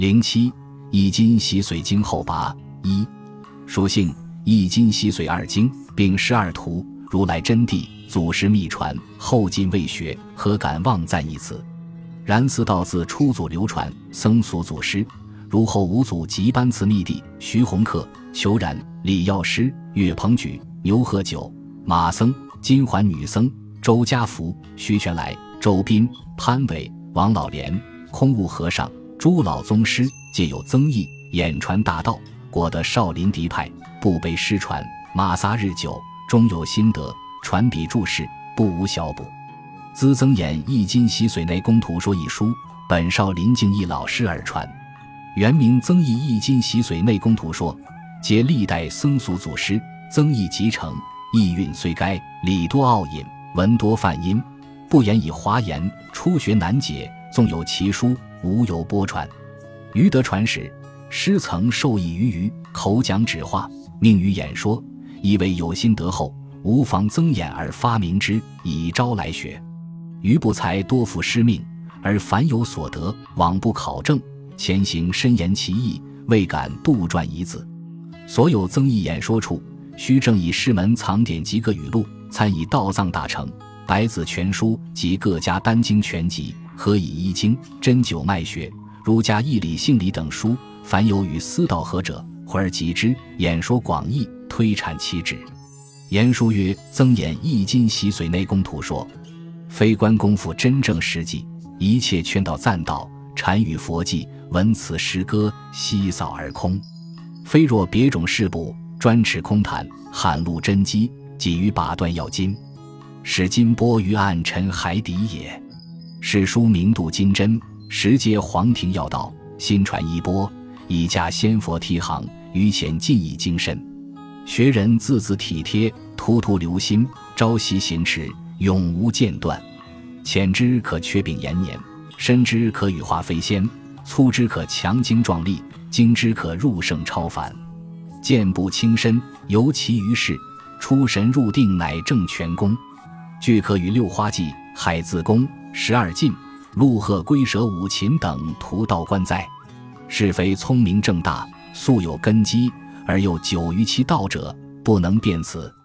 07一金洗髓经后拔。一、属性一金洗髓二经，并12图，如来真谛，祖师秘传，后晋未学，何敢妄赞一词。然四道自初祖流传，僧俗祖师，如后五祖及班次密地、徐弘克、裘然、李药师、岳鹏举、牛贺九、马僧、金环女僧、周家福、徐全来、周斌、潘伟、王老莲、空悟和尚、诸老宗师皆有增益，演传大道，果得少林嫡派，不卑失传，马撒日久，终有心得，传笔注释，不无小补。资增演易经洗髓内功图说一书，本少林敬义老师而传，原名增益易经洗髓内功图说，皆历代僧俗祖师，增益集成，意蕴虽该，理多奥隐，文多泛音，不言以华言，初学难解，纵有奇书，无由播传。余得传时，师曾授意于口讲指画，命于演说，以为有心得后，无妨增演而发明之，以招来学。余不才多负师命，而凡有所得，往不考证，前行深言其意，未敢杜撰一字。所有增益演说处，须正以师门藏典及各语录，参以道藏大成、百子全书及各家单经全集，合以一经、针灸脉学、儒家义理性理等书，凡有与思道合者，忽而集之，演说广义，推阐其旨。言书曰：增演易经洗髓内功图说，非观功夫真正实际，一切劝导赞道，禅语佛偈，文词诗歌，稀扫而空。非若别种事部，专持空谈，罕录真机，急于把断要金，使金波于暗沉海底也。史书明度金针，实皆黄庭要道，新传衣钵，以架仙佛提行，于前尽以精深。学人字字体贴，突突留心，朝夕行持，永无间断。浅之可缺柄延年，深之可羽化飞仙，粗之可强精壮丽，精之可入圣超凡。剑步轻身，游其于世，出神入定，乃正全功。俱可与六花记、海自宫、12进、陆鹤龟蛇五禽等图道观哉。是非聪明正大，素有根基，而又久于其道者，不能辩此。